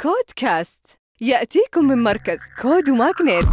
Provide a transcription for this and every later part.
كودكاست يأتيكم من مركز كود وماغنيت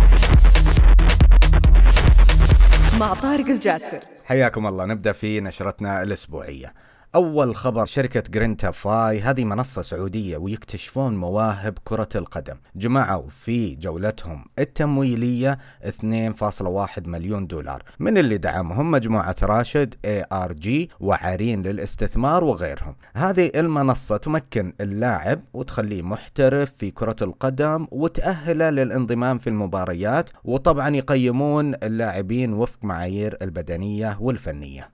مع طارق الجاسر. حياكم الله. نبدأ في نشرتنا الأسبوعية. أول خبر: شركة جرينتا فاي، هذه منصة سعودية ويكتشفون مواهب كرة القدم. جمعوا في جولتهم التمويلية 2.1 مليون دولار من اللي دعمهم مجموعة راشد ARG وعرين للاستثمار وغيرهم. هذه المنصة تمكن اللاعب وتخليه محترف في كرة القدم وتأهله للانضمام في المباريات، وطبعا يقيمون اللاعبين وفق معايير البدنية والفنية.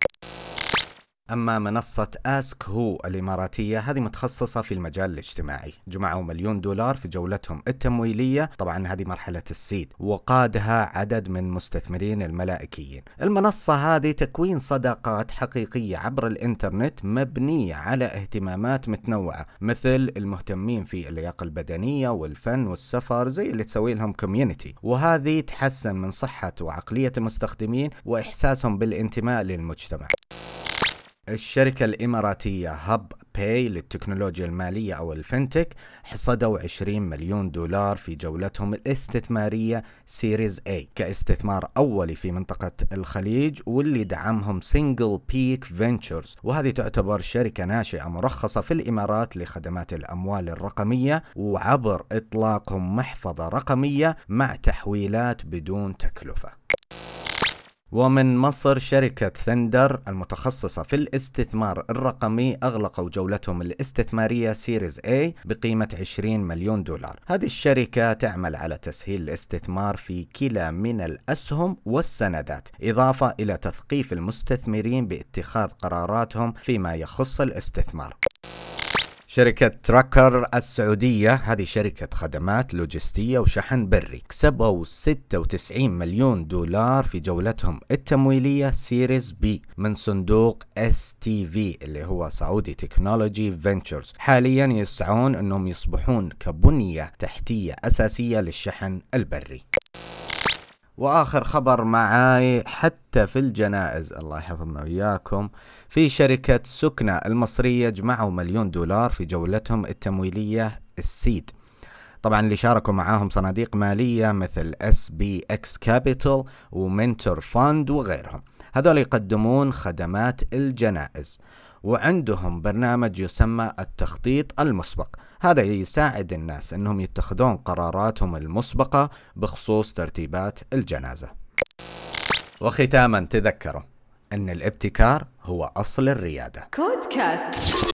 أما منصة آسك هو الإماراتية، هذه متخصصة في المجال الاجتماعي. جمعوا 1 مليون دولار في جولتهم التمويلية، طبعا هذه مرحلة السيد، وقادها عدد من مستثمرين الملائكيين. المنصة هذه تكوين صداقات حقيقية عبر الإنترنت مبنية على اهتمامات متنوعة، مثل المهتمين في اللياقة البدنية والفن والسفر، زي اللي تسوي لهم كوميونيتي، وهذه تحسن من صحة وعقلية المستخدمين وإحساسهم بالانتماء للمجتمع. الشركة الإماراتية هب باي للتكنولوجيا المالية أو الفنتك حصدوا 20 مليون دولار في جولتهم الاستثمارية سيريز A كاستثمار أولي في منطقة الخليج، واللي دعمهم سينجل بيك فينتشرز، وهذه تعتبر شركة ناشئة مرخصة في الإمارات لخدمات الأموال الرقمية، وعبر إطلاقهم محفظة رقمية مع تحويلات بدون تكلفة. ومن مصر، شركة ثندر المتخصصة في الاستثمار الرقمي أغلقوا جولتهم الاستثمارية سيريز A بقيمة 20 مليون دولار. هذه الشركة تعمل على تسهيل الاستثمار في كلا من الأسهم والسندات، إضافة إلى تثقيف المستثمرين باتخاذ قراراتهم فيما يخص الاستثمار. شركة تراكر السعودية، هذه شركة خدمات لوجستية وشحن بري، كسبوا 96 مليون دولار في جولتهم التمويلية سيريز بي من صندوق STV اللي هو سعودي تكنولوجي فينتشرز. حاليا يسعون أنهم يصبحون كبنية تحتية أساسية للشحن البري. وآخر خبر معاي، حتى في الجنائز الله يحفظنا وياكم، في شركة سكنة المصرية جمعوا 1 مليون دولار في جولتهم التمويلية السيد. طبعا اللي شاركوا معاهم صناديق مالية مثل SBX Capital ومنتور فاند وغيرهم. هذول يقدمون خدمات الجنائز، وعندهم برنامج يسمى التخطيط المسبق. هذا يساعد الناس أنهم يتخذون قراراتهم المسبقة بخصوص ترتيبات الجنازة. وختاما تذكروا أن الابتكار هو أصل الريادة. كودكاست.